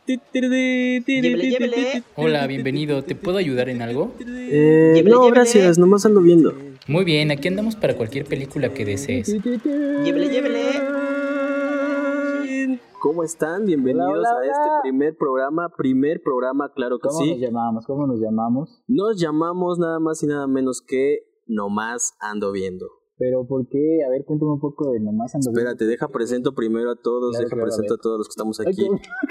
Llévele, llévele. Hola, bienvenido. ¿Te puedo ayudar en algo? Llévele. Gracias, nomás ando viendo. Muy bien, aquí andamos para cualquier película que desees. Llévele, llévele. ¿Cómo están? Bienvenidos Hola, a este primer programa, claro que ¿Cómo sí. nos llamamos? ¿Cómo nos llamamos? Nos llamamos nada más y nada menos que Nomás Ando Viendo. ¿Pero por qué? A ver, cuéntame un poco de Nomás Ando Viendo. Espérate, presento primero a todos, Claro, presento a todos los que estamos aquí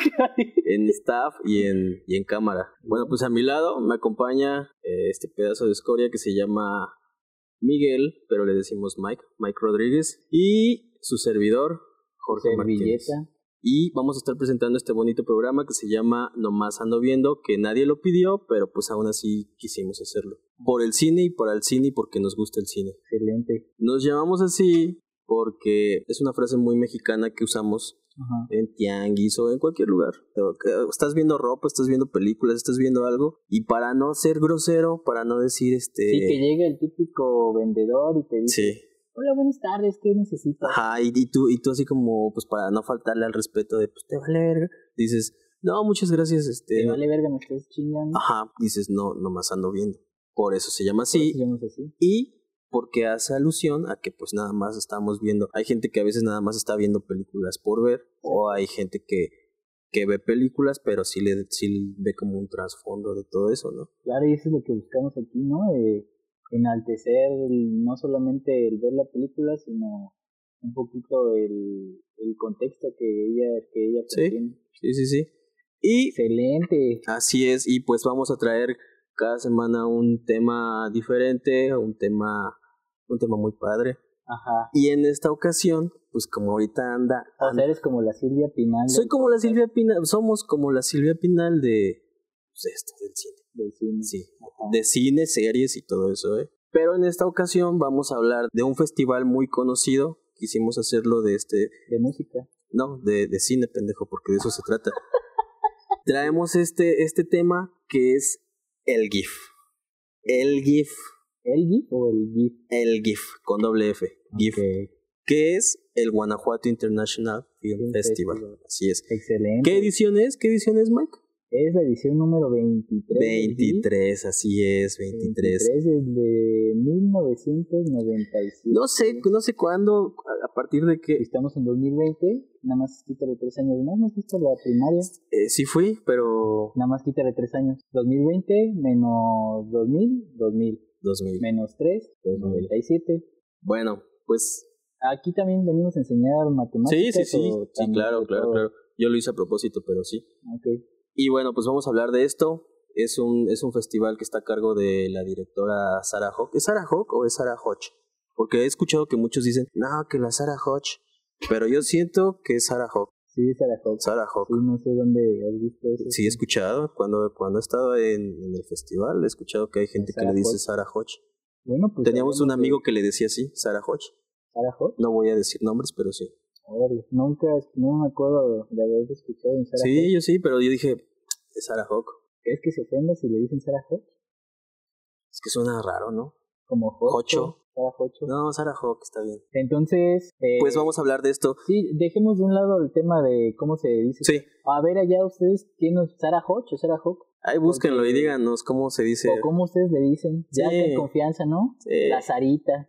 en staff y en cámara. Bueno, pues a mi lado me acompaña este pedazo de escoria que se llama Miguel, pero le decimos Mike Rodríguez, y su servidor, Jorge Martínez. Y vamos a estar presentando este bonito programa que se llama Nomás Ando Viendo, que nadie lo pidió, pero pues aún así quisimos hacerlo. Por el cine y para el cine y porque nos gusta el cine. Excelente. Nos llamamos así porque es una frase muy mexicana que usamos en tianguis o en cualquier lugar. Estás viendo ropa, estás viendo películas, estás viendo algo, y para no ser grosero, para no decir Sí, que llega el típico vendedor y te dice... Sí. Hola, buenas tardes, ¿qué necesitas? Ajá, y tú así como, pues para no faltarle al respeto de, pues te vale verga, dices, no, muchas gracias, Te vale verga, me estás chingando. Ajá, dices, no, nomás ando viendo. Por eso se llama así. ¿Por qué se llama así? Y porque hace alusión a que pues nada más estamos viendo. Hay gente que a veces nada más está viendo películas por ver, o hay gente que ve películas, pero sí ve como un trasfondo de todo eso, ¿no? Claro, y eso es lo que buscamos aquí, ¿no? Enaltecer no solamente el ver la película, sino un poquito el contexto que ella contiene. Sí. Y Excelente. así es, y pues vamos a traer cada semana un tema diferente, un tema muy padre. Ajá. Y en esta ocasión, pues como ahorita anda... O sea, eres como la Silvia Pinal. Soy como la Silvia Pinal, somos como la Silvia Pinal de... pues esto, del cine. Del cine. Sí, de cine, series y todo eso, Pero en esta ocasión vamos a hablar de un festival muy conocido. Quisimos hacerlo de ¿De música? No, de cine, pendejo, porque de eso se trata. Traemos este tema que es el GIF. El GIF. ¿El GIF o el GIF? El GIF, con doble F. GIF. Que es el Guanajuato International Film Festival. Así es. Excelente. ¿Qué edición es? Mike? Es la edición número 23. 23, así es, 23. 23 desde 1997. No sé cuándo, a partir de qué. Estamos en 2020, nada más quítale 3 años. ¿No has visto la primaria? Sí fui, pero... Nada más quítale 3 años. 2020 menos 2000. Menos 3, 97. Bueno, pues... Aquí también venimos a enseñar matemáticas. Sí, claro. Yo lo hice a propósito, pero sí. Okay. Y bueno, pues vamos a hablar de esto. Es un festival que está a cargo de la directora Sarah Hock. ¿Es Sarah Hock o es Sarah Hodge? Porque he escuchado que muchos dicen, no, que la Sarah Hodge. Pero yo siento que es Sarah Hock. Sí, Sarah Hock. Sí, no sé dónde has visto eso. Sí, he escuchado. Cuando he estado en el festival, he escuchado que hay gente que le dice Sarah Hodge. Bueno, pues teníamos un amigo que le decía así, Sarah Hodge. ¿Sarah Hodge? No voy a decir nombres, pero sí. Órale, no me acuerdo de haber escuchado en Sarah Hodge. Sí, yo sí, pero yo dije, es Sarah Hodge. ¿Es que se ofenda si le dicen Sarah Hodge? Es que suena raro, ¿no? Como Jocho. Sarah Hodge. No, Sarah Hodge, está bien. Entonces... pues vamos a hablar de esto. Sí, dejemos de un lado el tema de cómo se dice. Sí. A ver, allá ustedes, ¿tienen Sarah Hodge o Sarah Hodge? Ahí búsquenlo y díganos cómo se dice. O cómo ustedes le dicen. Ya con confianza, ¿no? Sí. La Sarita.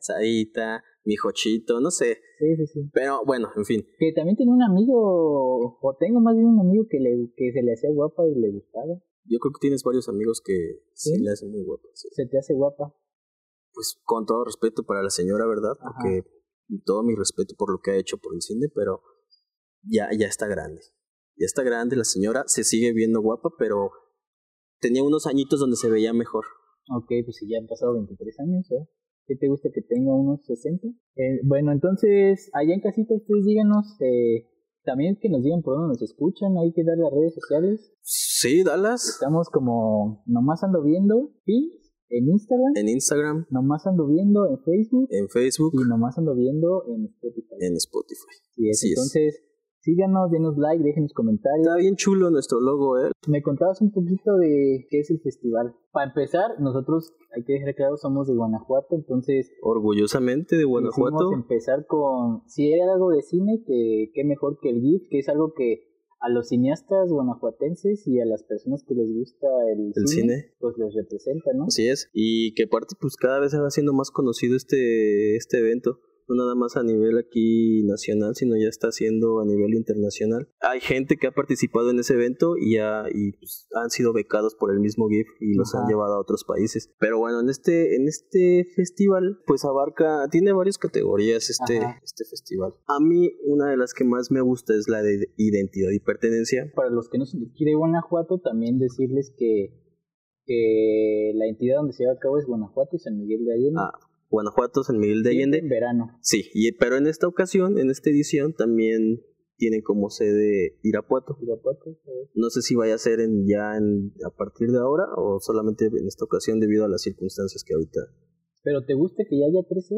Mi Jochito, no sé. Sí. Pero bueno, en fin. Que también tiene un amigo, o tengo más bien un amigo que se le hacía guapa y le gustaba. Yo creo que tienes varios amigos que sí le hacen muy guapa. Sí. ¿Se te hace guapa? Pues con todo respeto para la señora, ¿verdad? Porque todo mi respeto por lo que ha hecho por el cine, pero ya está grande. Ya está grande la señora, se sigue viendo guapa, pero tenía unos añitos donde se veía mejor. Ok, pues si ya han pasado 23 años, ¿eh? ¿Qué te gusta que tenga unos 60? Bueno, entonces, allá en casita ustedes díganos, también que nos digan por dónde nos escuchan, hay que dar las redes sociales. Sí, dalas. Estamos como Nomás Ando Viendo, en Instagram. Nomás Ando Viendo en Facebook. Y Nomás Ando Viendo en Spotify. Sí, entonces, síganos, denos like, déjenos comentarios. Está bien chulo nuestro logo, Me contabas un poquito de qué es el festival. Para empezar, nosotros, hay que dejar claro, somos de Guanajuato, entonces... Orgullosamente de Guanajuato. Quisimos empezar con... Si era algo de cine, que qué mejor que el GIF, que es algo que a los cineastas guanajuatenses y a las personas que les gusta el cine, pues les representa, ¿no? Así es, y que aparte pues cada vez se va haciendo más conocido este evento. No nada más a nivel aquí nacional, sino ya está haciendo a nivel internacional. Hay gente que ha participado en ese evento y pues, han sido becados por el mismo GIF y los han llevado a otros países. Pero bueno, en este festival, pues tiene varias categorías este festival. A mí, una de las que más me gusta es la de identidad y pertenencia. Para los que no son de aquí de Guanajuato, también decirles que la entidad donde se lleva a cabo es Guanajuato y San Miguel de Allende. Guanajuato, San Miguel de Allende. En verano. Sí, pero en esta ocasión, en esta edición, también tienen como sede Irapuato. No sé si vaya a ser a partir de ahora o solamente en esta ocasión debido a las circunstancias que ahorita. ¿Pero te gusta que ya haya 13?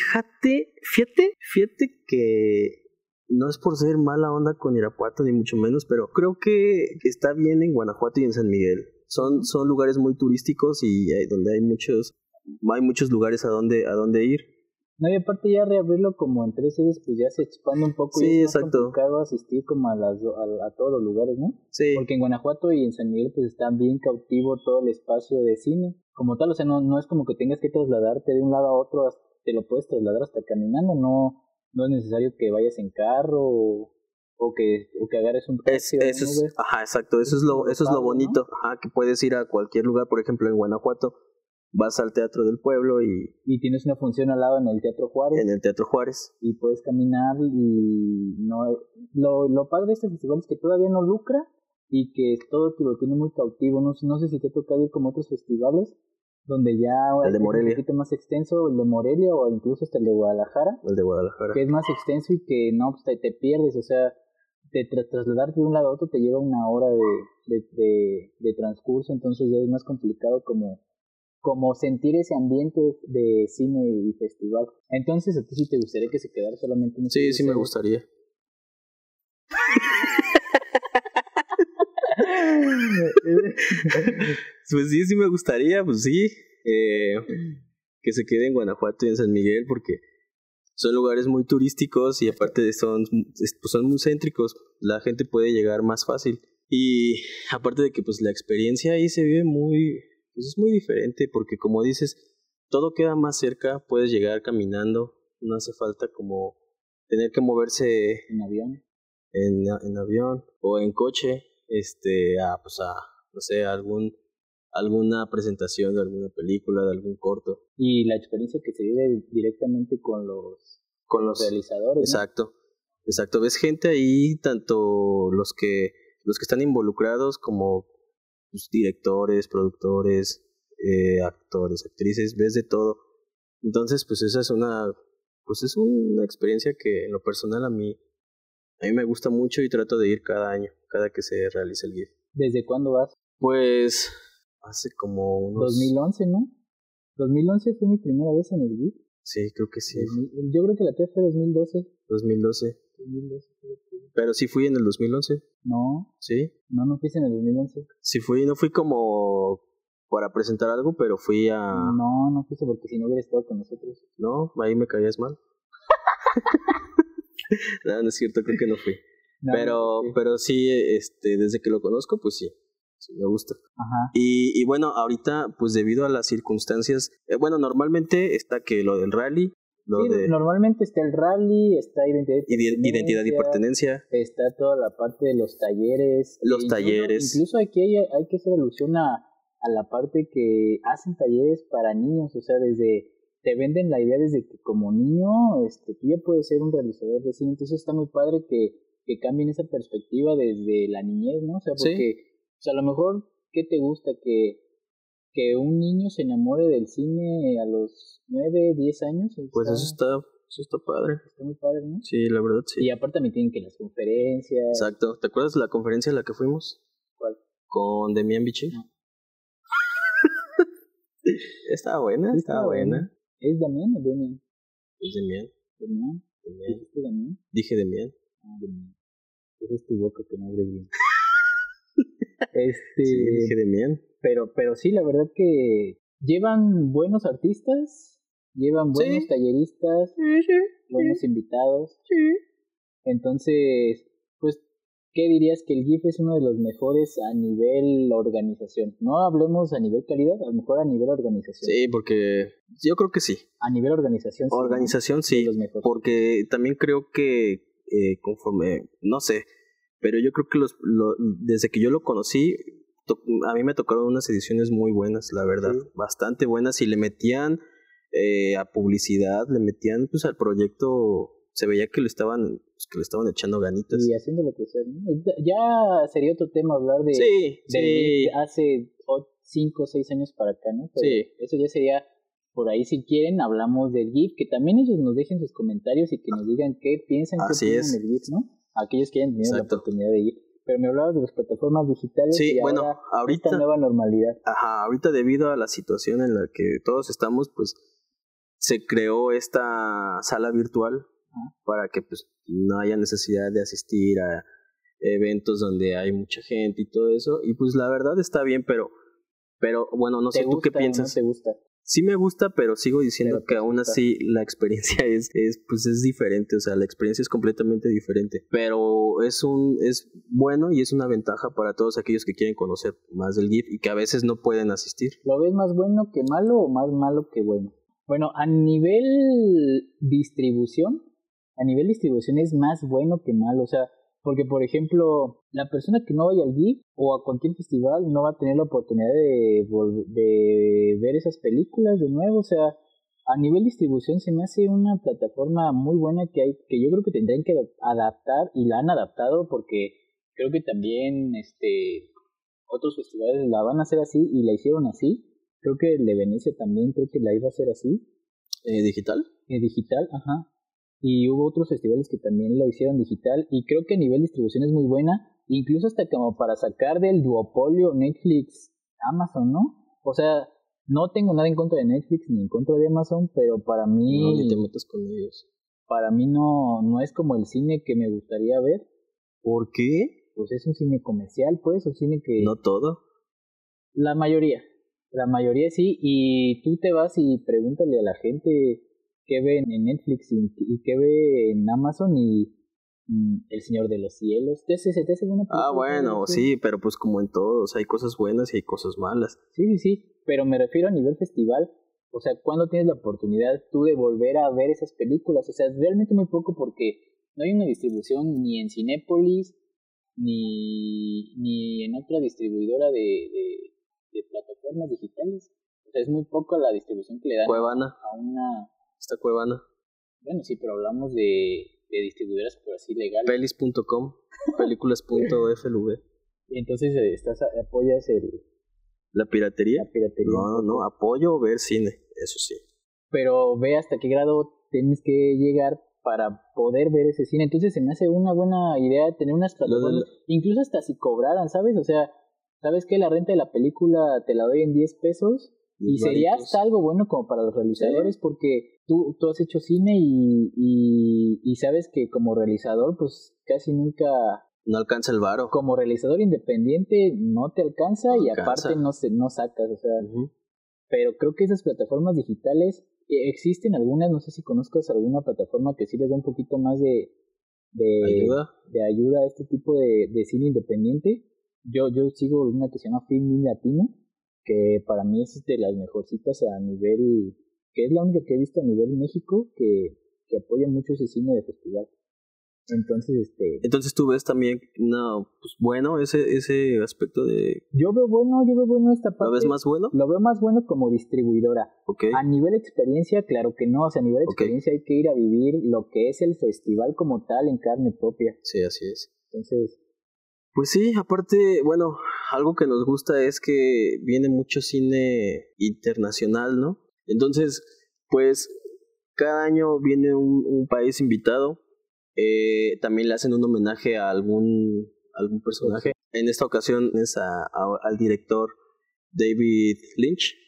Fíjate que no es por ser mala onda con Irapuato ni mucho menos, pero creo que está bien en Guanajuato y en San Miguel. Son lugares muy turísticos y donde hay muchos lugares a donde ir. No, y aparte ya reabrirlo como en 3 sedes, pues ya se expande un poco. Sí, y es exacto. más complicado asistir como a todos los lugares, ¿no? Sí. Porque en Guanajuato y en San Miguel pues está bien cautivo todo el espacio de cine. Como tal, o sea, no es como que tengas que trasladarte de un lado a otro, te lo puedes trasladar hasta caminando, no es necesario que vayas en carro o que agarres un taxi. Exacto, eso es lo bonito, ¿no? Que puedes ir a cualquier lugar, por ejemplo en Guanajuato. Vas al Teatro del Pueblo y tienes una función al lado en el Teatro Juárez. En el Teatro Juárez. Y puedes caminar y lo padre de este festival es que todavía no lucra y que todo lo tiene muy cautivo. No sé si te ha tocado ir como otros festivales donde ya el de Morelia. Es un poquito más extenso, el de Morelia o incluso hasta el de Guadalajara. El de Guadalajara. Que es más extenso y que no, pues te pierdes, o sea, trasladarte de un lado a otro te lleva una hora de transcurso, entonces ya es más complicado como sentir ese ambiente de cine y festival. Entonces, ¿a ti sí te gustaría que se quedara solamente en Sí, me gustaría. Pues sí me gustaría, pues sí. Que se quede en Guanajuato y en San Miguel, porque son lugares muy turísticos y aparte son muy céntricos. La gente puede llegar más fácil. Y aparte de que pues la experiencia ahí se vive pues es muy diferente, porque como dices, todo queda más cerca, puedes llegar caminando, no hace falta como tener que moverse en avión, en avión o en coche, no sé, alguna presentación de alguna película, de algún corto. Y la experiencia que se vive directamente con los realizadores. Exacto, ves gente ahí, tanto los que están involucrados como directores, productores, actores, actrices, ves de todo. Entonces, pues esa es una experiencia que en lo personal a mí me gusta mucho y trato de ir cada año, cada que se realice el GIF. ¿Desde cuándo vas? Pues hace como unos 2011, ¿no? 2011 fue mi primera vez en el GIF. Sí, creo que sí. Yo creo que la tuya fue 2012. 2012. Pero sí fui en el 2011. No. ¿Sí? No fuiste en el 2011. Sí fui, no fui como para presentar algo, pero fui a... No fuiste porque si no hubieras estado con nosotros. No, ahí me caías mal. No es cierto, creo que no fui. Pero sí, desde que lo conozco, pues sí me gusta. Ajá. Y bueno, ahorita, pues debido a las circunstancias, normalmente está que lo del rally, normalmente está el rally, está identidad y pertenencia, está toda la parte de los talleres. Incluso aquí hay que hacer alusión a la parte que hacen talleres para niños, o sea, te venden la idea desde que como niño tú ya puedes ser un realizador de cine, entonces está muy padre que cambien esa perspectiva desde la niñez, ¿no? O sea, porque o sea, a lo mejor, ¿qué te gusta? Que un niño se enamore del cine a los 9, 10 años. Pues eso está padre. Está muy padre, ¿no? Sí, la verdad, sí. Y aparte también tienen que las conferencias. Exacto. ¿Te acuerdas de la conferencia a la que fuimos? ¿Cuál? Con Demian Bichir. No. Estaba buena, Sí, estaba buena. ¿Es Damián o Demian? Es Demian. ¿Demian? ¿Dijiste Damián? Dije Demian. Demian. Esa es tu boca que no abre bien. Sí, dije Demian. Pero sí, la verdad que llevan buenos artistas, llevan buenos talleristas, buenos invitados. Sí. Entonces, pues, ¿qué dirías que el GIF es uno de los mejores a nivel organización? No hablemos a nivel calidad, a lo mejor a nivel organización. Sí, porque yo creo que sí. A nivel organización sí. Organización sí, porque también creo que conforme, no sé, pero yo creo que desde que yo lo conocí, a mí me tocaron unas ediciones muy buenas, la verdad, bastante buenas, y le metían a publicidad, le metían pues al proyecto, se veía que le estaban echando ganitas. Y haciéndolo crecer, ¿no? Ya sería otro tema hablar de hace 5 o 6 años para acá, ¿no? Pero eso ya sería, por ahí si quieren, hablamos del GIF, que también ellos nos dejen sus comentarios y que nos digan qué piensan, qué opinan del GIF, ¿no? Aquellos que hayan tenido la oportunidad de ir. Pero me hablabas de las plataformas digitales y ahorita nueva normalidad. Ajá, ahorita debido a la situación en la que todos estamos, pues se creó esta sala virtual para que pues no haya necesidad de asistir a eventos donde hay mucha gente y todo eso. Y pues la verdad está bien, pero bueno, no sé tú qué piensas. ¿No te gusta? Sí me gusta, pero sigo diciendo que aún así la experiencia es diferente, o sea, la experiencia es completamente diferente, pero es bueno y es una ventaja para todos aquellos que quieren conocer más del GIF y que a veces no pueden asistir. ¿Lo ves más bueno que malo o más malo que bueno? Bueno, a nivel distribución es más bueno que malo, o sea, porque, por ejemplo, la persona que no vaya al GIF o a cualquier festival no va a tener la oportunidad de ver esas películas de nuevo. O sea, a nivel distribución se me hace una plataforma muy buena que yo creo que tendrían que adaptar, y la han adaptado porque creo que también otros festivales la van a hacer así y la hicieron así. Creo que el de Venecia también creo que la iba a hacer así. ¿Digital? Digital, ajá. Y hubo otros festivales que también lo hicieron digital, y creo que a nivel distribución es muy buena, incluso hasta como para sacar del duopolio Netflix, Amazon, ¿no? O sea, no tengo nada en contra de Netflix ni en contra de Amazon, pero para mí... No, ni te metas con ellos. Para mí no es como el cine que me gustaría ver. ¿Por qué? Pues es un cine comercial, pues, un cine que... No todo. La mayoría sí, y tú te vas y pregúntale a la gente qué ve en Netflix y qué ve en Amazon y El Señor de los Cielos. ¿Te hace buena película? Bueno, sí, pero pues como en todo, o sea, hay cosas buenas y hay cosas malas. Sí, pero me refiero a nivel festival. O sea, ¿cuándo tienes la oportunidad tú de volver a ver esas películas? O sea, realmente muy poco, porque no hay una distribución ni en Cinépolis ni en otra distribuidora de plataformas digitales. O sea, es muy poco la distribución que le dan Cuevana. A una... Está Cuevana. Bueno, sí, pero hablamos de distribuidoras por así legales. Pelis.com, películas.flv. Y entonces apoyas ¿La piratería? La piratería. No, apoyo ver cine, eso sí. Pero ve hasta qué grado tienes que llegar para poder ver ese cine. Entonces se me hace una buena idea tener unas plataformas, incluso hasta si cobraran, ¿sabes? O sea, ¿sabes qué? La renta de la película te la doy en 10 pesos. Y sería hasta algo bueno como para los realizadores, porque tú has hecho cine y sabes que como realizador pues casi nunca... No alcanza el varo. Como realizador independiente no te alcanza y aparte no sacas, o sea... Pero creo que esas plataformas digitales existen algunas, no sé si conozcas alguna plataforma que sí les da un poquito más de ayuda a este tipo de cine independiente. Yo sigo una que se llama Film Latino, que para mí es de las mejorcitas a nivel, que es la única que he visto a nivel México que apoya mucho ese cine de festival. Entonces tú ves también pues bueno ese aspecto de... Yo veo bueno esta parte. ¿Lo ves más bueno? Lo veo más bueno como distribuidora. Okay. A nivel experiencia, claro que no. O sea, a nivel experiencia hay que ir a vivir lo que es el festival como tal en carne propia. Sí, así es. Entonces... Pues sí, aparte, bueno, algo que nos gusta es que viene mucho cine internacional, ¿no? Entonces, pues, cada año viene un país invitado. También le hacen un homenaje a algún personaje. En esta ocasión es al director David Lynch.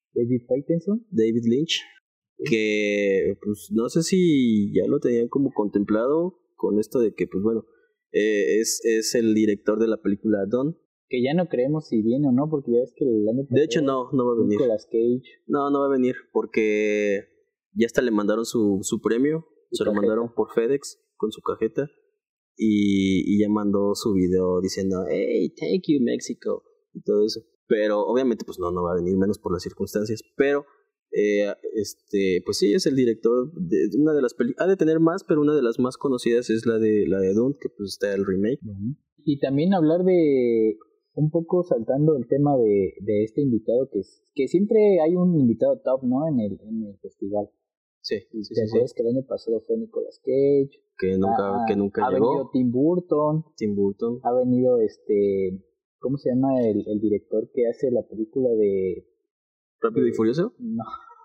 David Lynch. Que, pues, no sé si ya lo tenían como contemplado con esto de que, pues, bueno, es el director de la película Dawn. Que ya no creemos si viene o no, porque ya ves que el año pasado... De hecho, no va a venir. Nicolas Cage. No va a venir, porque ya hasta le mandaron su premio. Se lo mandaron por FedEx con su cajeta. y ya mandó su video diciendo, hey, thank you, Mexico, y todo eso. Pero obviamente pues no va a venir, menos por las circunstancias, pero pues sí, es el director de una de las películas, ha de tener más, pero una de las más conocidas es la de Dune, que pues está el remake. Y también hablar de, un poco saltando el tema de este invitado, que siempre hay un invitado top, ¿no? En el festival. Sí. ¿Te acuerdas que el año pasado fue Nicolas Cage? Que nunca ha llegó. Ha venido Tim Burton. Ha venido ¿cómo se llama el director que hace la película de ¿Rápido y Furioso? No.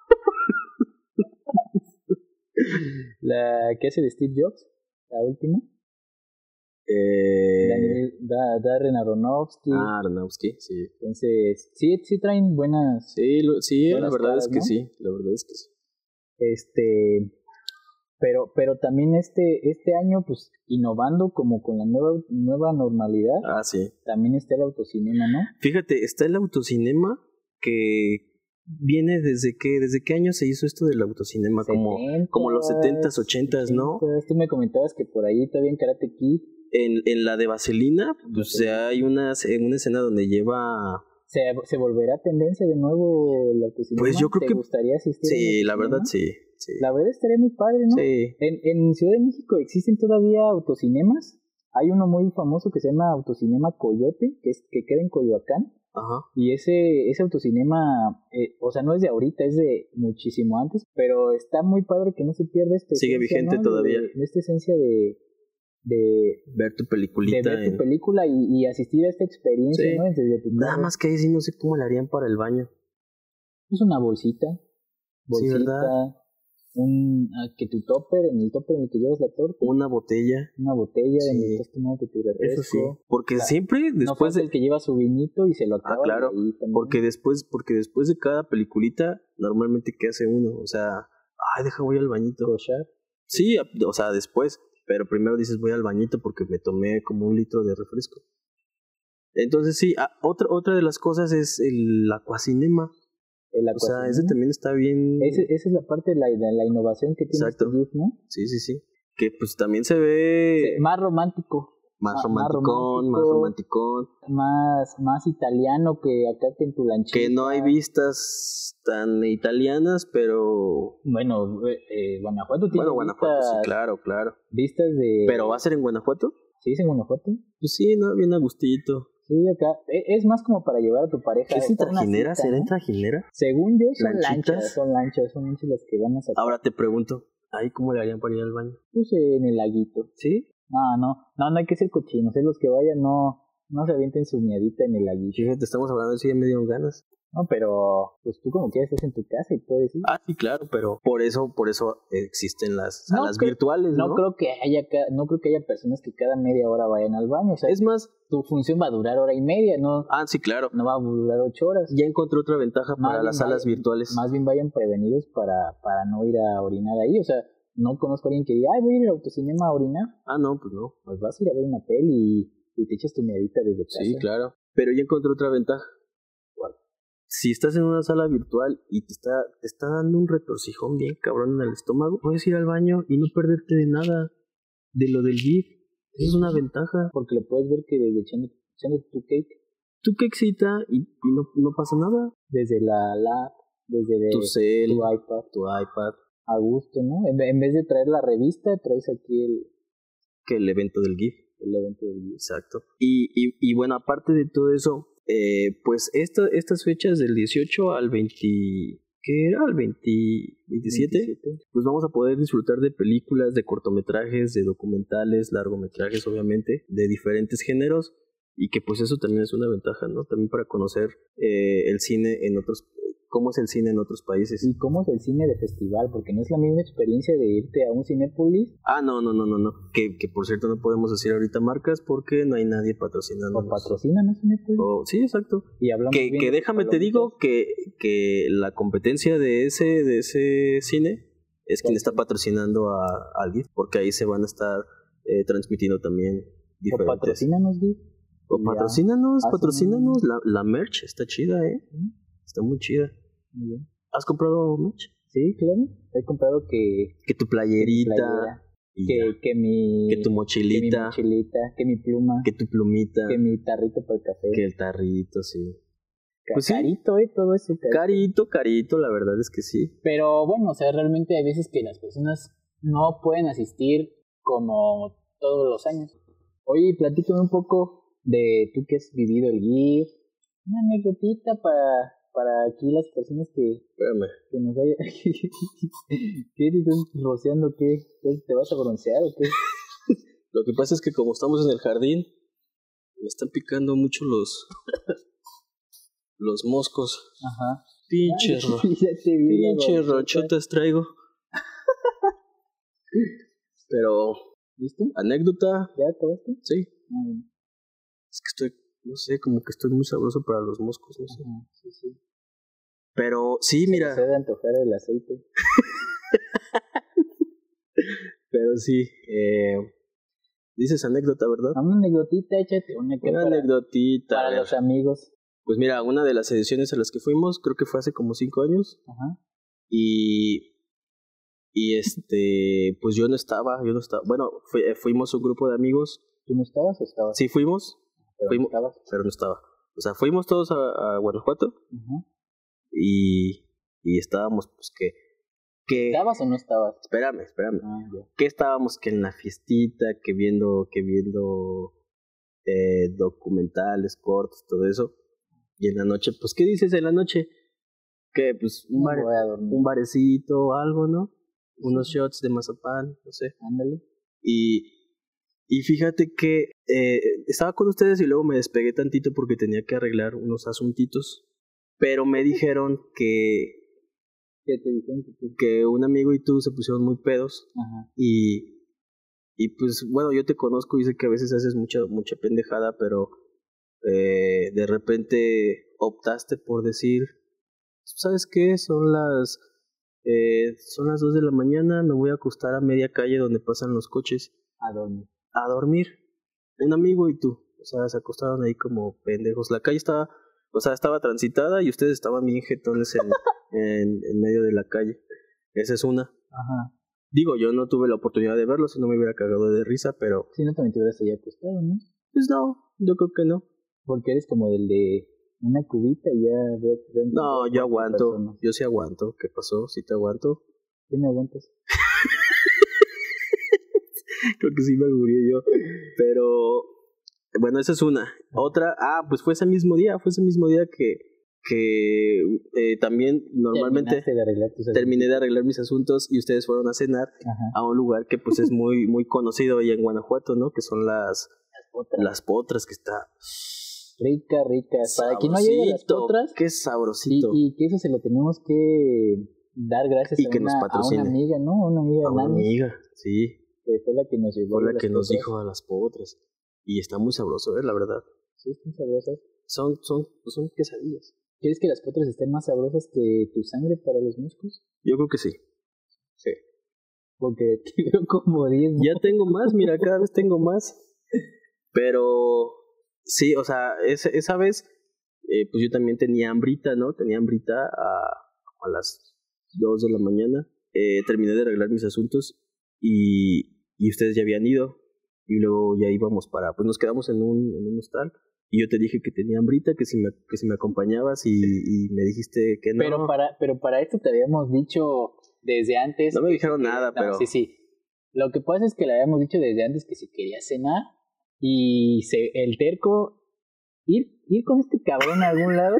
La que hace de Steve Jobs, la última. Darren Aronofsky. Aronofsky, sí. Entonces, sí traen buenas. Sí, buenas la verdad caras, es que ¿no? sí, la verdad es que sí. Pero también este año, pues, innovando como con la nueva normalidad. Ah, sí. También está el autocinema, ¿no? Fíjate, está el autocinema que viene ¿desde qué año se hizo esto del autocinema? 70s, como los 70s, 80s, ¿no? Tú me comentabas que por ahí todavía en Karate Kid. En la de Vaselina, pues hay una escena donde lleva... ¿Se volverá tendencia de nuevo el autocinema? Pues yo creo ¿Te gustaría asistir? Sí, la verdad sí. La verdad estaría muy padre, ¿no? Sí. En Ciudad de México existen todavía autocinemas. Hay uno muy famoso que se llama Autocinema Coyote, que queda en Coyoacán. Ajá. Y ese autocinema, o sea, no es de ahorita, es de muchísimo antes, pero está muy padre que no se pierda sigue vigente, ¿no? Todavía. De esta esencia de ver tu peliculita. De ver tu película y asistir a esta experiencia, sí. ¿no? Desde tu nada más que ahí sí no sé cómo le harían para el baño. Es una bolsita, sí, ¿verdad? Que tu topper, en el topper en el que llevas la torta. Una botella. Sí. En el que estás tomando tu refresco. Eso sí. Porque siempre después no el que lleva su vinito y se lo acaba. Claro. Porque después de cada peliculita, normalmente ¿qué hace uno? O sea, voy al bañito. ¿Cochar? Sí, o sea, después. Pero primero dices voy al bañito porque me tomé como 1 litro de refresco. Entonces sí, otra de las cosas es el Aquacinema. O sea, ese también está bien. Esa es la parte de la innovación que tiene Exacto. este GIF, ¿no? Sí. Que pues también se ve... Más romántico. Más romanticón. Más italiano que acá que en tu lanchita. Que no hay vistas tan italianas, pero... Bueno, Guanajuato tiene Guanajuato, sí, claro. Vistas de... ¿Pero va a ser en Guanajuato? Sí, es en Guanajuato. Pues sí, no, bien a gustito. Sí, acá. Es más como para llevar a tu pareja. ¿Es en trajinera? ¿Será en trajinera? Según yo, son lanchas las que van a sacar. Ahora te pregunto, ¿ahí cómo le harían para ir al baño? Pues en el laguito. ¿Sí? No hay que ser cochinos. Los que vayan no se avienten su miadita en el laguito. Fíjate, estamos hablando de eso y ya me dieron ganas. No, pero pues tú como quieras estás en tu casa y puedes ir. Sí, claro, pero por eso existen las salas virtuales, ¿no? No creo que haya personas que cada media hora vayan al baño. O sea, es más, tu función va a durar 1:30, ¿no? Sí, claro. No va a durar 8 horas. Ya encontré otra ventaja para las salas virtuales. Más bien vayan prevenidos para no ir a orinar ahí. O sea, no conozco a alguien que diga, voy a ir al autocinema a orinar. No, pues no. Pues vas a ir a ver una peli y te echas tu miadita desde casa. Sí, claro. Pero ya encontré otra ventaja. Si estás en una sala virtual y te está dando un retorcijón bien cabrón en el estómago, puedes ir al baño y no perderte de nada de lo del GIF. Esa es una ventaja. Porque lo puedes ver que desde echando tu cake. Tu cakecita y no pasa nada. Desde la lap, desde tu cel, tu iPad. A gusto, ¿no? En vez de traer la revista, traes aquí el evento del GIF. El evento del GIF. Exacto. Y bueno, aparte de todo eso, pues estas fechas del 18 al 20, ¿qué era? ¿Al 27? Pues vamos a poder disfrutar de películas, de cortometrajes, de documentales, largometrajes, obviamente, de diferentes géneros, y que pues eso también es una ventaja, ¿no? También para conocer el cine en otros, cómo es el cine en otros países. Y cómo es el cine de festival, porque no es la misma experiencia de irte a un Cinépolis. No. Que por cierto no podemos decir ahorita marcas porque no hay nadie patrocinando. ¿O patrocinan a Cinépolis? Sí, exacto. Y hablamos que déjame te digo que la competencia de ese cine es quien está patrocinando al GIF, porque ahí se van a estar transmitiendo también diferentes. O patrocínanos, GIF. O patrocínanos. La merch está chida, Está muy chida. Muy bien. ¿Has comprado merch? Sí, claro. He comprado que tu playerita. Que tu mochilita. Que mi pluma. Que tu plumita. Que mi tarrito para el café. Que el tarrito, sí. Pues carito, todo eso. Carito, la verdad es que sí. Pero bueno, o sea, realmente hay veces que las personas no pueden asistir como todos los años. Oye, platícame un poco de tú que has vivido el GIF. Una anécdotita para aquí las personas que nos vayan. ¿Qué te estás rociando? ¿Qué? ¿Te vas a broncear o qué? Lo que pasa es que como estamos en el jardín, me están picando mucho los moscos. Ajá. Pinches rochotas traigo. Pero, ¿listo? Anécdota. ¿Ya acabaste? Sí. Es que estoy, no sé, como que estoy muy sabroso para los moscos, no sé. Sí. Pero, sí, mira. Se debe antojar el aceite. Pero sí, dices anécdota, ¿verdad? Una anécdotita, échate una anécdotita. Para los amigos. Pues mira, una de las ediciones a las que fuimos, creo que fue hace como 5 años. Ajá. Y pues yo no estaba. Bueno, fuimos un grupo de amigos. ¿Tú no estabas o estabas? Sí, fuimos. Pero no estaba. O sea, fuimos todos a Guanajuato. Uh-huh. Y estábamos, pues que ¿estabas o no estabas? Espérame. Que estábamos que en la fiestita, que viendo documentales, cortos, todo eso. Y en la noche, pues, ¿qué dices en la noche? Que, pues, un barecito, algo, ¿no? Sí. Unos shots de mazapán, no sé. Ándale. Y fíjate que estaba con ustedes y luego me despegué tantito porque tenía que arreglar unos asuntitos. Pero me dijeron que... ¿Qué te dijeron? Que un amigo y tú se pusieron muy pedos. Ajá. Y pues, bueno, yo te conozco y sé que a veces haces mucha pendejada, pero... de repente optaste por decir, ¿sabes qué? Son las 2 de la mañana, me voy a acostar a media calle donde pasan los coches. A dormir. Un amigo y tú. O sea, se acostaron ahí como pendejos. La calle estaba transitada y ustedes estaban bien jetones en medio de la calle. Esa es una. Ajá. Digo, yo no tuve la oportunidad de verlo, si no me hubiera cagado de risa, pero... Si no, también te hubieras ahí acostado, ¿no? Pues no, yo creo que no. Porque eres como el de una cubita y ya veo no, yo aguanto. Personas. Yo sí aguanto. ¿Qué pasó? ¿Sí te aguanto? ¿Qué me aguantas? Creo que sí me albureé yo. Pero, bueno, esa es una. Otra, pues fue ese mismo día que también normalmente terminé de arreglar mis asuntos y ustedes fueron a cenar. Ajá. A un lugar que pues es muy, muy conocido allá en Guanajuato, ¿no? Que son las potras, que está... Rica. Para quien no haya ido a las potras, qué sabrosito. Y que eso se lo tenemos que dar gracias a una amiga, ¿no? Una amiga, sí. Que fue la que nos llevó. Fue la que nos dijo a las potras. Y está muy sabroso, la verdad. Sí, están sabrosas. Son quesadillas. ¿Quieres que las potras estén más sabrosas que tu sangre para los músculos? Yo creo que sí. Sí. Porque te veo como 10. Ya tengo más, mira, cada vez tengo más. Pero... sí, o sea, esa vez, pues yo también tenía hambrita, ¿no? Tenía hambrita a las 2 de la mañana. Terminé de arreglar mis asuntos y ustedes ya habían ido. Y luego ya íbamos pues nos quedamos en un hostal. Y yo te dije que tenía hambrita, que si me acompañabas y me dijiste que no. Pero para esto te habíamos dicho desde antes. No me dijeron nada, pero... Sí. Lo que pasa es que le habíamos dicho desde antes que si quería cenar. Y el terco, ir con este cabrón a algún lado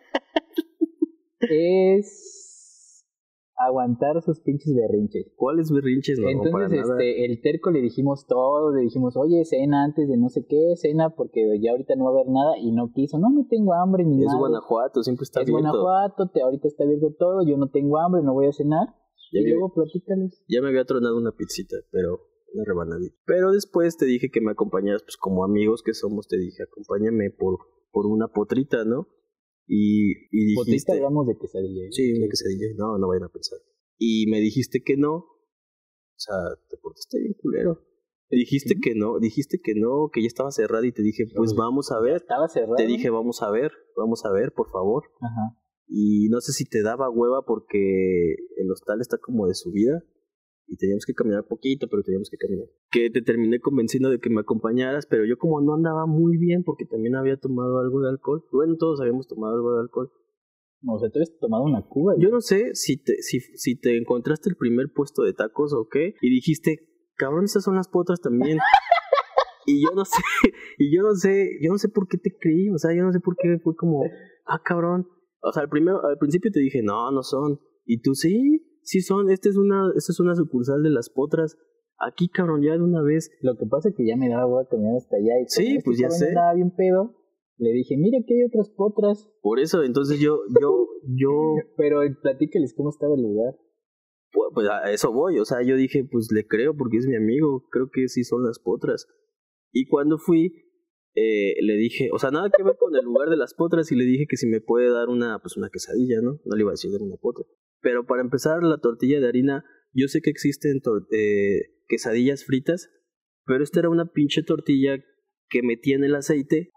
es aguantar sus pinches berrinches. ¿Cuáles berrinches? No, entonces, el terco le dijimos todo, le dijimos, oye, cena antes de no sé qué, cena porque ya ahorita no va a haber nada, y no quiso, no tengo hambre ni nada. Es Guanajuato, siempre está abierto. Es Guanajuato, ahorita está abierto todo, yo no tengo hambre, no voy a cenar, y luego platícales. Ya me había tronado una pizzita, pero... una rebanadita. Pero después te dije que me acompañaras, pues como amigos que somos, te dije, acompáñame por una potrita, ¿no? Y dijiste... ¿Potrita hablamos de quesadilla? Sí, de quesadilla, no vayan a pensar. Y me dijiste que no, o sea, te portaste bien culero. Dijiste que no, que ya estaba cerrada y te dije, pues vamos a ver. ¿Estaba cerrada? Te dije, vamos a ver, por favor. Ajá. Y no sé si te daba hueva porque el hostal está como de subida. y teníamos que caminar poquito, pero teníamos que caminar. Que te terminé convenciendo de que me acompañaras, pero yo como no andaba muy bien porque también había tomado algo de alcohol. Bueno, todos habíamos tomado algo de alcohol. No, o sea, tú habías tomado una cuba. Yo no sé si te encontraste el primer puesto de tacos o qué, y dijiste, cabrón, esas son las potras también. Y yo no sé por qué te creí, o sea, yo no sé por qué fue como, cabrón. O sea, al principio te dije, no son. Y tú, sí son, esta es una sucursal de las potras. Aquí, cabrón, ya de una vez. Lo que pasa es que ya me daba voy a caminar hasta allá. Y sí, pues ya sé. Estaba bien pedo. Le dije, mira que hay otras potras. Por eso, entonces yo... Pero platícales cómo estaba el lugar. Pues a eso voy, o sea, yo dije, pues le creo porque es mi amigo, creo que sí son las potras. Y cuando fui, le dije, o sea, nada que ver con el lugar de las potras, y le dije que si me puede dar una quesadilla, ¿no? No le iba a decir de una potra. Pero para empezar, la tortilla de harina, yo sé que existen quesadillas fritas, pero esta era una pinche tortilla que metía en el aceite,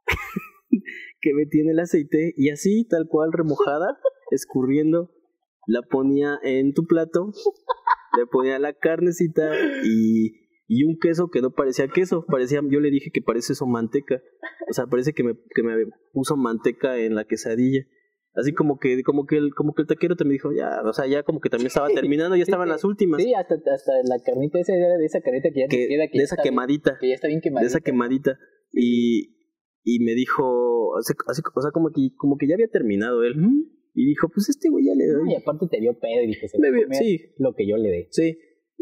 y así, tal cual, remojada, escurriendo, la ponía en tu plato, le ponía la carnecita y un queso que no parecía queso, yo le dije que parece eso manteca, o sea, parece que me puso manteca en la quesadilla. Así como que el taquero también dijo, ya, o sea, ya como que también estaba terminando, ya estaban las últimas. Sí, hasta la carnita esa era de esa carnita que ya te queda, de esa quemadita. Que ya está bien quemadita. De esa quemadita. Y me dijo, así, o sea, como que ya había terminado él. Y dijo, pues este güey ya le doy. Y aparte te vio pedo y dijo, sí, lo que yo le dé. Sí.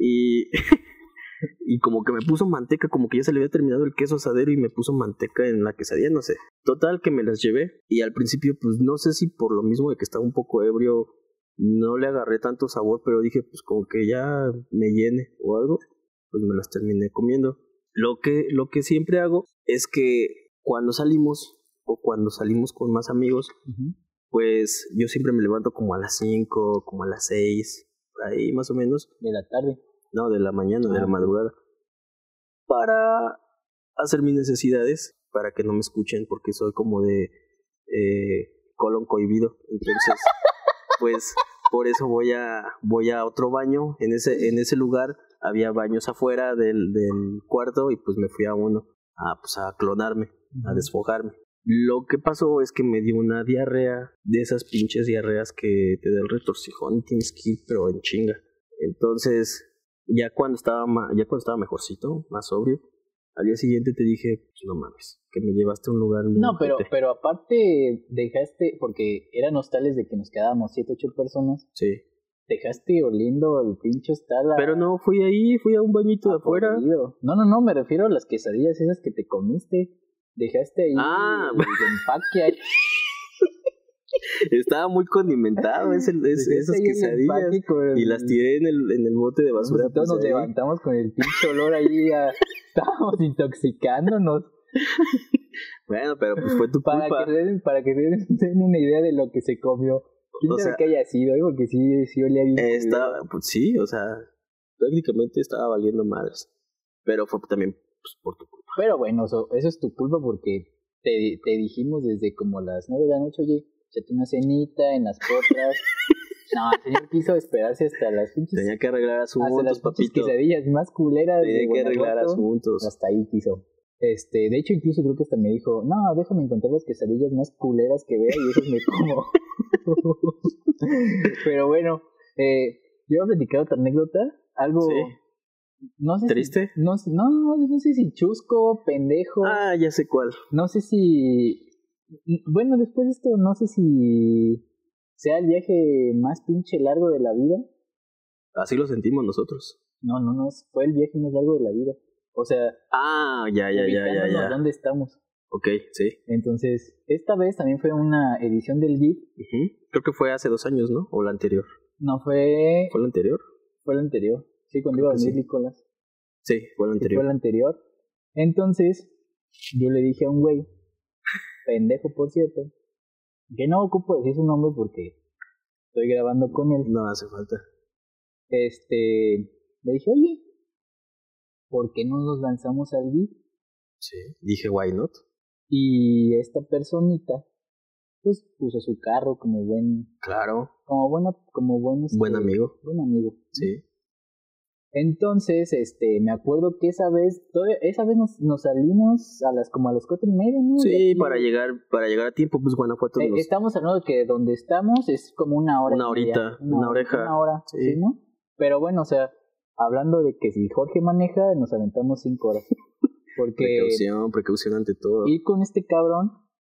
Y como que me puso manteca, como que ya se le había terminado el queso asadero y me puso manteca en la quesadilla, no sé. Total que me las llevé y al principio pues no sé si por lo mismo de que estaba un poco ebrio no le agarré tanto sabor, pero dije pues como que ya me llene o algo, pues me las terminé comiendo. Lo que siempre hago es que cuando salimos o cuando salimos con más amigos, pues yo siempre me levanto como a las 5, como a las 6, ahí más o menos. De la tarde. No, de la mañana, de la madrugada. Para hacer mis necesidades, para que no me escuchen, porque soy como de colon cohibido. Entonces, pues, por eso voy a otro baño. En ese lugar había baños afuera del cuarto y pues me fui a uno a clonarme, a desfojarme. Lo que pasó es que me dio una diarrea, de esas pinches diarreas que te da el retorcijón y tienes que ir, pero en chinga. Entonces... Ya cuando estaba mejorcito, más sobrio, al día siguiente te dije, pues no mames, que me llevaste a un lugar... No, pero aparte dejaste, porque eran hostales de que nos quedábamos 7, 8 personas. Sí. Dejaste oliendo el pinche hostal. Pero no, fui a un bañito de afuera. No, me refiero a las quesadillas esas que te comiste. Dejaste ahí el empaque ahí. Estaba muy condimentado esas quesadillas y las tiré en el bote de basura. Entonces nos levantamos con el pinche olor ahí, estábamos intoxicándonos. Bueno, pero pues fue tu culpa. Para que se den una idea de lo que se comió. ¿Quién sabe que haya sido? Porque sí olía bien. Pues sí, o sea, prácticamente estaba valiendo madres. Pero fue también pues, por tu culpa. Pero bueno, eso es tu culpa porque te dijimos desde como las 9 de la noche, oye, échate una cenita en las potras. No, el señor quiso esperarse hasta las pinches... Tenía que arreglar asuntos, hasta las papito. quesadillas más culeras. Tenía que arreglar asuntos. Hasta ahí quiso. De hecho, incluso creo que hasta me dijo, no, déjame encontrar las quesadillas más culeras que vea y esas me como. Pero bueno, yo he platicado otra anécdota, algo... ¿Sí? No sé ¿Triste? No sé si chusco, pendejo. Ya sé cuál. No sé si... Bueno, después de esto, no sé si sea el viaje más pinche largo de la vida. Así lo sentimos nosotros. No, fue el viaje más largo de la vida. O sea... Ya. ¿Dónde estamos? Ok, sí. Entonces, esta vez también fue una edición del GIF. Creo que fue hace 2 años, ¿no? ¿O la anterior? No, fue... ¿Fue la anterior? Fue la anterior. Sí, cuando iba a venir Nicolás. Sí, fue la anterior. Fue la anterior. Entonces, yo le dije a un güey, pendejo por cierto, que no ocupo decir su nombre porque estoy grabando con él. No hace falta. Le dije, oye, ¿por qué no nos lanzamos al GIF? Sí, dije, why not? Y esta personita, pues, puso su carro como buen... Claro. Como buen buen amigo. Buen amigo. Sí. Entonces, me acuerdo que esa vez nos salimos a las 4:30, ¿no? Sí, para llegar a tiempo, pues Guanajuato. Estamos hablando de que donde estamos es como una hora. Una horita, una oreja. Una hora, sí, ¿no? Pero bueno, o sea, hablando de que si Jorge maneja, nos aventamos 5 horas. Porque precaución ante todo. Ir con este cabrón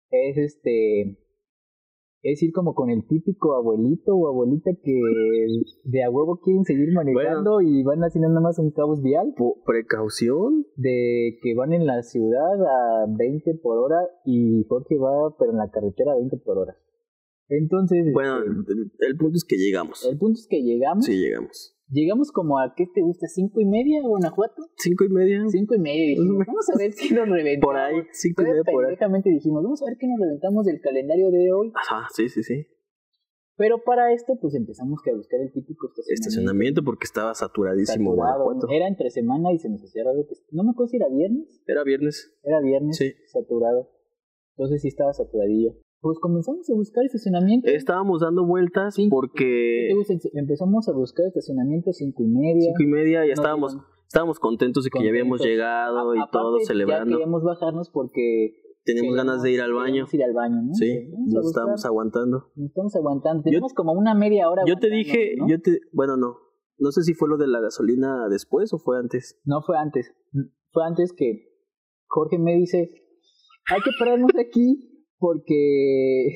es ir como con el típico abuelito o abuelita que de a huevo quieren seguir manejando y van haciendo nada más un caos vial. ¿Precaución? De que van en la ciudad a 20 por hora y Jorge va pero en la carretera a 20 por hora. Entonces... Bueno, el punto es que llegamos. El punto es que llegamos. Sí, llegamos. Llegamos como a, ¿qué te gusta? ¿5:30 a Guanajuato? 5:30. 5:30, dijimos, vamos a ver qué nos reventamos. Por ahí, 5:30 por ahí. Pendejamente dijimos, vamos a ver qué nos reventamos del calendario de hoy. Ajá, sí. Pero para esto, pues empezamos a buscar el típico estacionamiento porque estaba saturadísimo Guanajuato. Era entre semana y se nos hacía algo que... No me acuerdo si era viernes. Era viernes. Sí. Saturado. Entonces sí estaba saturadillo. Pues comenzamos a buscar estacionamiento. Estábamos dando vueltas porque... Empezamos a buscar estacionamiento 5:30. 5:30, ya estábamos contentos de que ya habíamos llegado y todo, celebrando. Ya queríamos bajarnos porque... Teníamos ganas de ir al baño. Ir al baño, ¿no? Sí, nos estábamos aguantando. Tenemos como una media hora. Yo te dije, ¿no? Bueno, no. No sé si fue lo de la gasolina después o fue antes. No, fue antes. Fue antes que Jorge me dice, hay que pararnos aquí porque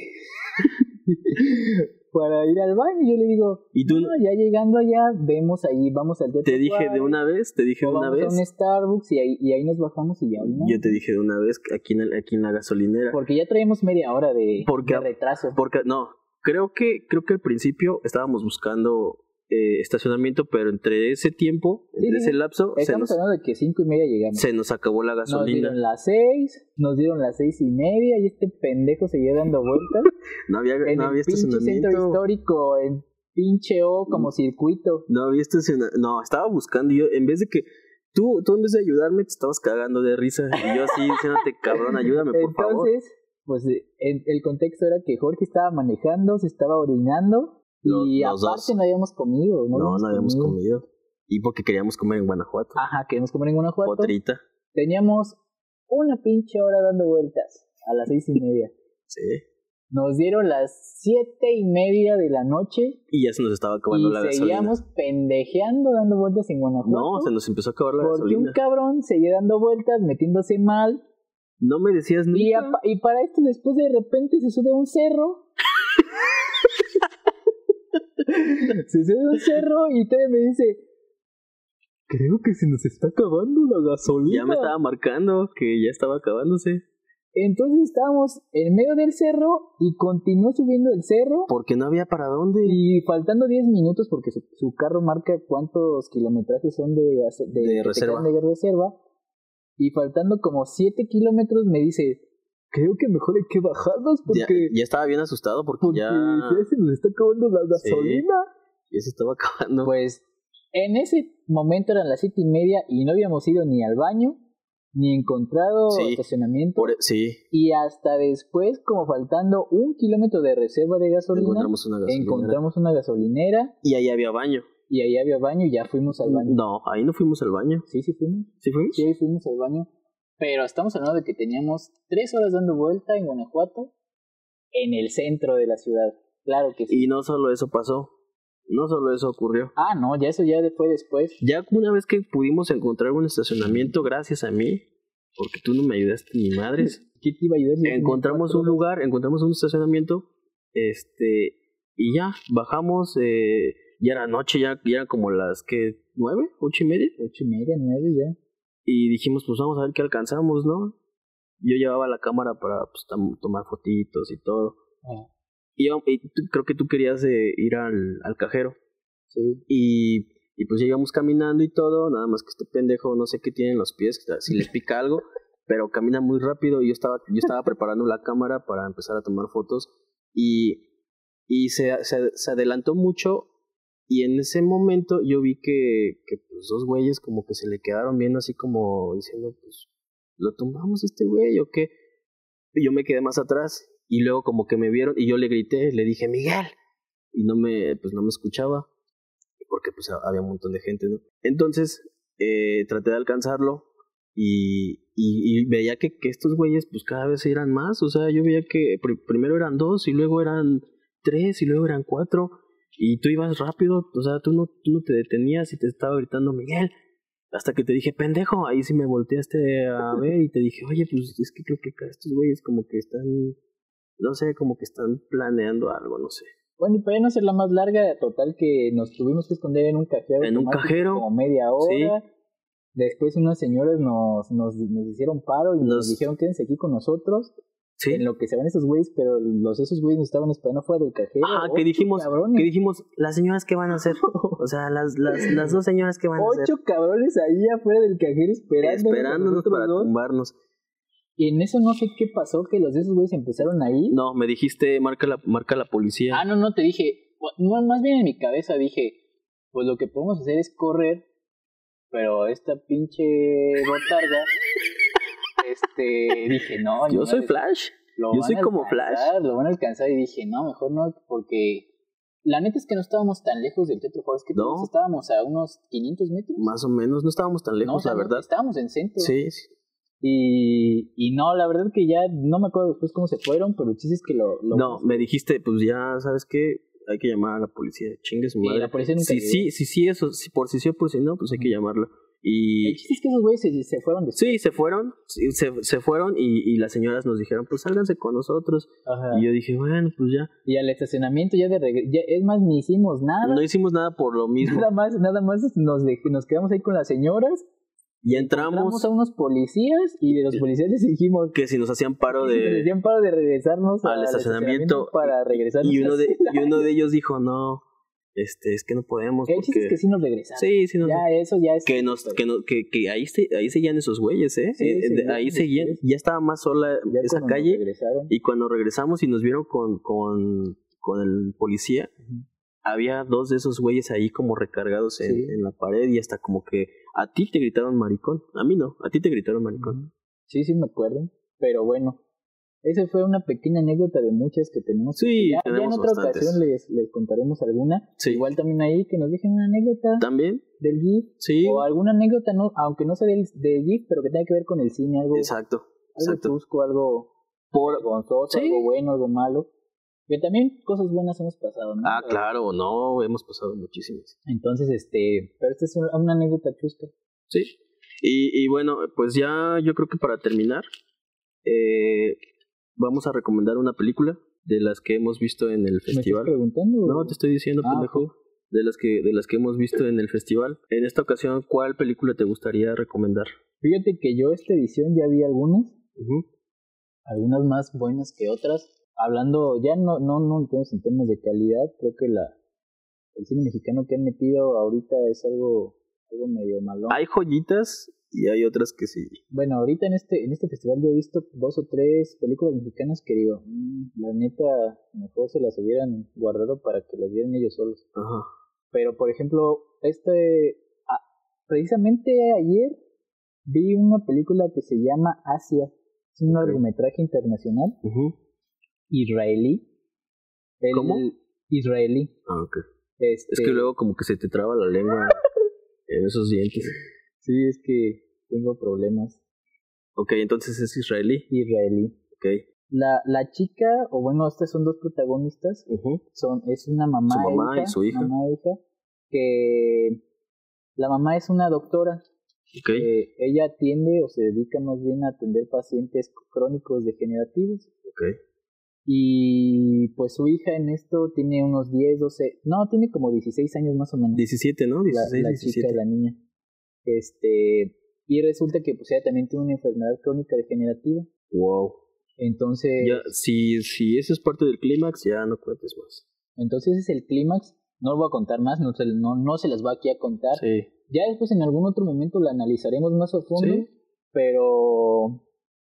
para ir al baño. Yo le digo, ¿y tú? No, ya llegando allá, vemos ahí, vamos al teatro. Te dije de una vez. Vamos a un Starbucks y ahí nos bajamos y ya. ¿no? Yo te dije de una vez aquí en la gasolinera. Porque ya traemos media hora de retraso. Porque no, creo que al principio estábamos buscando estacionamiento, pero entre ese tiempo, ese lapso, estamos hablando de que 5:30 llegamos. Se nos acabó la gasolina. Nos dieron las 6:30 y este pendejo seguía dando vueltas. no había estacionamiento. En el centro histórico, en pinche como circuito. No había estacionamiento. No, estaba buscando y yo, en vez de que tú en vez de ayudarme, te estabas cagando de risa. Y yo así diciéndote, cabrón, ayúdame, por favor. Entonces, pues el contexto era que Jorge estaba manejando, se estaba orinando. Y aparte no habíamos comido. No habíamos comido. Y porque queríamos comer en Guanajuato. Ajá, queríamos comer en Guanajuato. Potrita. Teníamos una pinche hora dando vueltas a las 6:30. Sí. Nos dieron las 7:30 de la noche. Y ya se nos estaba acabando la gasolina. Y seguíamos pendejeando dando vueltas en Guanajuato. No, se nos empezó a acabar la gasolina. Porque un cabrón seguía dando vueltas, metiéndose mal. No me decías nunca. Y para esto después de repente se sube a un cerro. Se sube a un cerro y todavía me dice, creo que se nos está acabando la gasolina. Ya me estaba marcando que ya estaba acabándose. Entonces estábamos en medio del cerro y continuó subiendo el cerro. Porque no había para dónde. Y faltando 10 minutos porque su carro marca cuántos kilometrajes son de reserva. Y faltando como 7 kilómetros me dice, creo que mejor hay que bajarnos porque... Ya estaba bien asustado porque ya se nos está acabando la gasolina. Sí, ya se estaba acabando. Pues en ese momento eran las 7:30 y no habíamos ido ni al baño, ni encontrado estacionamiento. Sí. Y hasta después, como faltando 1 kilómetro de reserva de gasolina, encontramos una gasolinera. Y ahí había baño. Y ya fuimos al baño. No, ahí no fuimos al baño. Sí fuimos. ¿Sí fuimos? Sí, fuimos al baño. Pero estamos hablando de que teníamos 3 horas dando vuelta en Guanajuato, en el centro de la ciudad. Claro que sí. Y no solo eso pasó. No solo eso ocurrió. Ah, no, eso ya fue después. Ya una vez que pudimos encontrar un estacionamiento, gracias a mí, porque tú no me ayudaste ni madres. ¿Qué te iba a ayudar? Encontramos un lugar, encontramos un estacionamiento, y ya, bajamos, ya era noche, ya eran como las, ¿qué? ¿9? ¿8:30? 8:30, 9 ya. Y dijimos, pues vamos a ver qué alcanzamos, ¿no? Yo llevaba la cámara para pues, tomar fotitos y todo. Y creo que tú querías ir al cajero. Sí. Y pues ya íbamos caminando y todo, nada más que este pendejo, no sé qué tiene en los pies, si les pica algo, pero camina muy rápido y yo estaba preparando la cámara para empezar a tomar fotos y se adelantó mucho. Y en ese momento yo vi que pues 2 güeyes como que se le quedaron viendo así como diciendo, pues, ¿lo tumbamos este güey o qué? Y yo me quedé más atrás y luego como que me vieron y yo le grité, le dije, Miguel. Y no me escuchaba. porque pues había un montón de gente, ¿no? Entonces traté de alcanzarlo y veía que estos güeyes pues cada vez eran más. O sea, yo veía que primero eran 2 y luego eran 3 y luego eran 4 y tú ibas rápido. O sea, tú no te detenías y te estaba gritando Miguel, hasta que te dije pendejo. Ahí sí me volteaste a ver y te dije, oye, pues es que creo que acá estos güeyes como que están, no sé, como que están planeando algo, no sé. Bueno, y para no ser la más larga, total que nos tuvimos que esconder en un cajero. En un cajero. Como media hora. Sí. Después unas señoras nos hicieron paro y nos dijeron quédense aquí con nosotros. Sí. En lo que se van esos güeyes, pero esos güeyes nos estaban esperando fuera del cajero. Que dijimos, las señoras ¿qué van a hacer? O sea, las 2 señoras ¿qué van a hacer? 8 cabrones ahí afuera del cajero esperándonos para tumbarnos. Y en eso no sé qué pasó, que los de esos güeyes empezaron a ir. No, me dijiste, marca la policía. No, te dije, más bien en mi cabeza dije, pues lo que podemos hacer es correr, pero esta pinche botarga, dije, no. Yo soy Flash, yo soy como Flash. Lo van a alcanzar y dije, no, mejor no, porque la neta es que no estábamos tan lejos del Teatro Juárez, que no. Estábamos a unos 500 metros. Más o menos, no estábamos tan lejos, la verdad. Estábamos en centro. Sí. Y no, la verdad que ya no me acuerdo después cómo se fueron, pero el chiste es que No, me dijiste, pues ya, ¿sabes qué? Hay que llamar a la policía, chingue su madre. Y la policía nunca sí, eso, si por sí o por si no, pues hay que llamarla. Y el chiste es que esos güeyes se fueron después. Sí, se fueron y las señoras nos dijeron, pues sálganse con nosotros. Ajá. Y yo dije, bueno, pues ya. Y al estacionamiento ya es más, ni hicimos nada. No hicimos nada por lo mismo. Nada más nos quedamos ahí con las señoras. Y entramos a unos policías y de los policías les dijimos que si nos hacían paro de regresarnos al estacionamiento para regresarnos. Y uno de ellos dijo, no, es que no podemos porque... El chiste es que sí nos regresaron. Sí nos... Ya, eso ya es... Que ahí seguían esos güeyes, ¿eh? Sí, ahí seguían, ya estaba más sola esa calle. Y cuando regresamos y nos vieron con el policía, había 2 de esos güeyes ahí como recargados en la pared y hasta como que a ti te gritaron maricón. A mí no, a ti te gritaron maricón. Sí, me acuerdo. Pero bueno, esa fue una pequeña anécdota de muchas que tenemos. Sí, ya en otra ocasión les contaremos alguna. Sí. Igual también ahí que nos dejen una anécdota. ¿También? Del GIF. Sí. O alguna anécdota, no, aunque no sea del GIF, pero que tenga que ver con el cine. Algo. Exacto. Algo chusco, algo vergonzoso, algo bueno, algo malo. Que también cosas buenas hemos pasado, ¿no? Claro, no, hemos pasado muchísimas. Entonces, pero esta es una anécdota chusca. Sí. Y bueno, pues ya yo creo que para terminar, vamos a recomendar una película de las que hemos visto en el festival. ¿Me estás preguntando? No, te estoy diciendo, pendejo. Okay. De las que hemos visto en el festival. En esta ocasión, ¿cuál película te gustaría recomendar? Fíjate que yo esta edición ya vi algunas. Algunas más buenas que otras. Hablando, ya no tenemos en temas de calidad, creo que el cine mexicano que han metido ahorita es algo medio malón. Hay joyitas y hay otras que sí. Bueno, ahorita en este festival yo he visto 2 o 3 películas mexicanas que digo, la neta, mejor se las hubieran guardado para que las vieran ellos solos. Ajá. Pero, por ejemplo, precisamente ayer vi una película que se llama Asia, es un largometraje internacional. Israelí. ¿Cómo? Israelí. Ok. Es que luego como que se te traba la lengua en esos dientes. Sí, es que tengo problemas. Ok, entonces es israelí. Israelí. Ok. La chica, o bueno, estas son 2 protagonistas. Es una mamá, su mamá y su hija. Mamá e hija. Que la mamá es una doctora. Okay. Ella atiende o se dedica más bien a atender pacientes crónicos degenerativos. Okay. Y pues su hija en esto tiene unos 10, 12, no, tiene como 16 años más o menos. 17, ¿no? 16, la 17. Chica, la niña. Y resulta que pues ella también tiene una enfermedad crónica degenerativa. Wow. Entonces... Ya, si eso es parte del clímax, ya no cuentes más. Entonces ese es el clímax. No lo voy a contar más, no se las va aquí a contar. Sí. Ya después en algún otro momento la analizaremos más a fondo. Sí. Pero...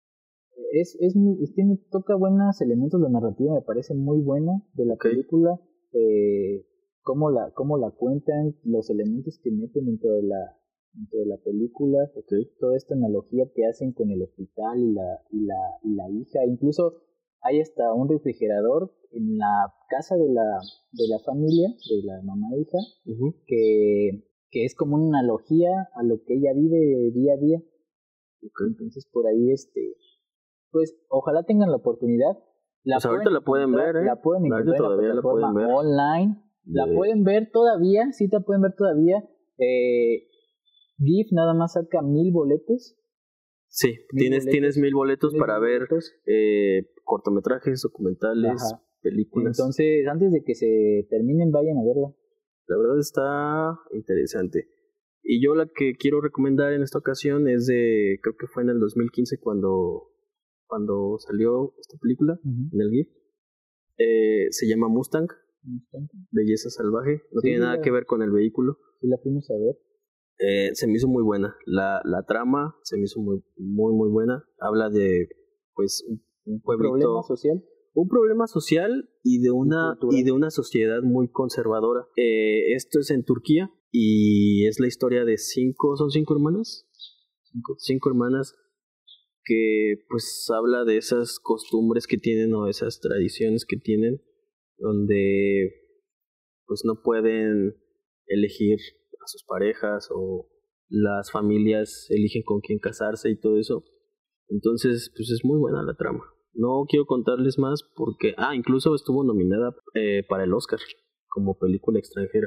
toca buenos elementos, la narrativa me parece muy buena de la película, cómo la cuentan, los elementos que meten dentro de la película, toda esta analogía que hacen con el hospital y la hija, incluso hay hasta un refrigerador en la casa de la familia, de la mamá e hija, que es como una analogía a lo que ella vive día a día. Entonces por ahí pues ojalá tengan la oportunidad. Pues ahorita la pueden ver, La pueden encontrar todavía en la plataforma la pueden ver online. La pueden ver todavía, sí la pueden ver todavía. GIF nada más saca 1,000 boletos. Sí, tienes 1,000 boletos para ver cortometrajes, documentales, películas. Entonces, antes de que se terminen, vayan a verla. La verdad está interesante. Y yo la que quiero recomendar en esta ocasión es creo que fue en el 2015 cuando salió esta película, en el GIF. Se llama Mustang. Belleza salvaje. No tiene nada que ver con el vehículo. Sí, la fuimos a ver. Se me hizo muy buena. La trama se me hizo muy, muy, muy buena. Habla de, pues, un pueblito. ¿Un problema social? Un problema social y de una sociedad muy conservadora. Esto es en Turquía y es la historia de ¿son 5 hermanas? 5 hermanas que, pues, habla de esas costumbres que tienen o esas tradiciones que tienen, donde, pues, no pueden elegir a sus parejas o las familias eligen con quién casarse y todo eso. Entonces, pues es muy buena la trama. No quiero contarles más porque incluso estuvo nominada para el Oscar como película extranjera.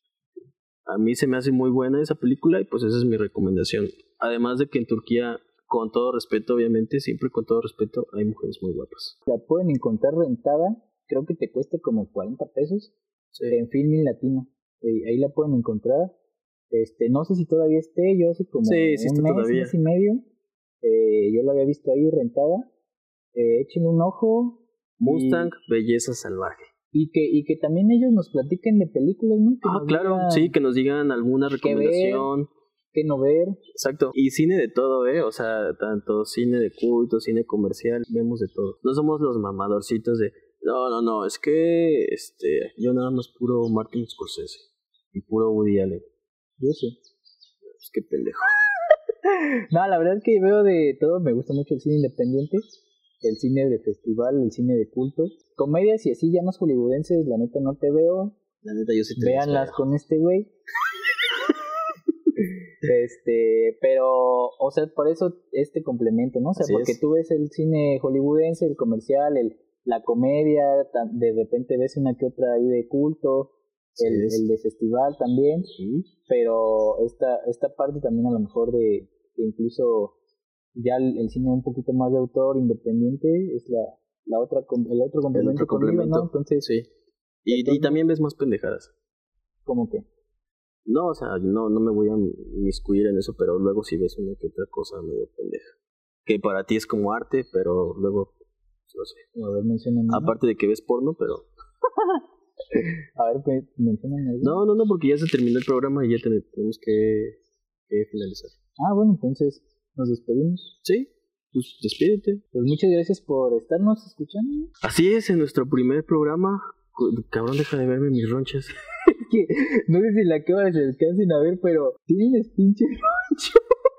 A mí se me hace muy buena esa película y pues esa es mi recomendación. Además de que en Turquía, con todo respeto, obviamente, siempre con todo respeto, hay mujeres muy guapas. La pueden encontrar rentada, creo que te cuesta como 40 pesos en Filmin Latino. Ahí la pueden encontrar. No sé si todavía esté, yo hace como un mes y medio, yo la había visto ahí rentada. Échenle un ojo. Mustang, Belleza Salvaje. Y que también ellos nos platiquen de películas, ¿no? Claro, sí, que nos digan alguna recomendación. Que no ver. Exacto. Y cine de todo, o sea, tanto cine de culto, cine comercial, vemos de todo. No somos los mamadorcitos de, no, es que yo nada más puro Martin Scorsese y puro Woody Allen. Yo sí. Pues qué pendejo. No, la verdad es que veo de todo, me gusta mucho el cine independiente, el cine de festival, el cine de culto. Comedias y así ya más hollywoodenses, la neta no te veo. La neta yo sí te Véanlas con este güey. Pero, o sea, por eso complemento, ¿no? O sea, porque tú ves el cine hollywoodense, el comercial, la comedia, de repente ves una que otra ahí de culto, el de festival también, pero esta parte también a lo mejor de incluso ya el cine un poquito más de autor, independiente, es el otro complemento conmigo, ¿no? Entonces, sí. Y también ves más pendejadas. ¿Cómo qué? No, o sea, no me voy a inmiscuir en eso, pero luego sí ves una que otra cosa medio pendeja. Que para ti es como arte, pero luego, no sé. A ver, mencionan. Aparte de que ves porno, pero... A ver, pues, mencionan algo. No, porque ya se terminó el programa y ya tenemos que finalizar. Bueno, entonces, ¿nos despedimos? Sí, pues despídete. Pues muchas gracias por estarnos escuchando. Así es, en nuestro primer programa. Cabrón, deja de verme mis ronchas. Que no sé si la cámara se alcancen a ver, pero tienes pinche roncho.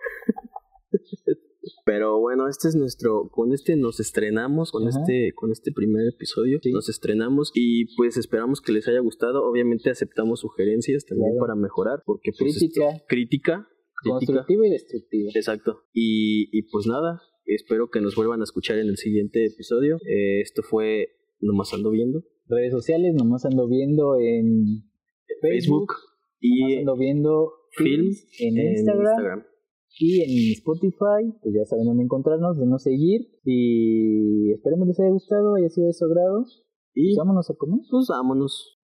Pero bueno, con este nos estrenamos, con este primer episodio, nos estrenamos y pues esperamos que les haya gustado. Obviamente aceptamos sugerencias también para mejorar, porque pues crítica constructiva y destructiva. Exacto. Y pues nada, espero que nos vuelvan a escuchar en el siguiente episodio. Esto fue Nomás Ando Viendo. Redes sociales, Nomás Ando Viendo en Facebook y Nomás Ando Viendo Films en Instagram. Y en Spotify, pues ya saben dónde encontrarnos, denos seguir. Y esperemos les haya gustado, haya sido de su agrado. Y pues vámonos a comer. Pues vámonos.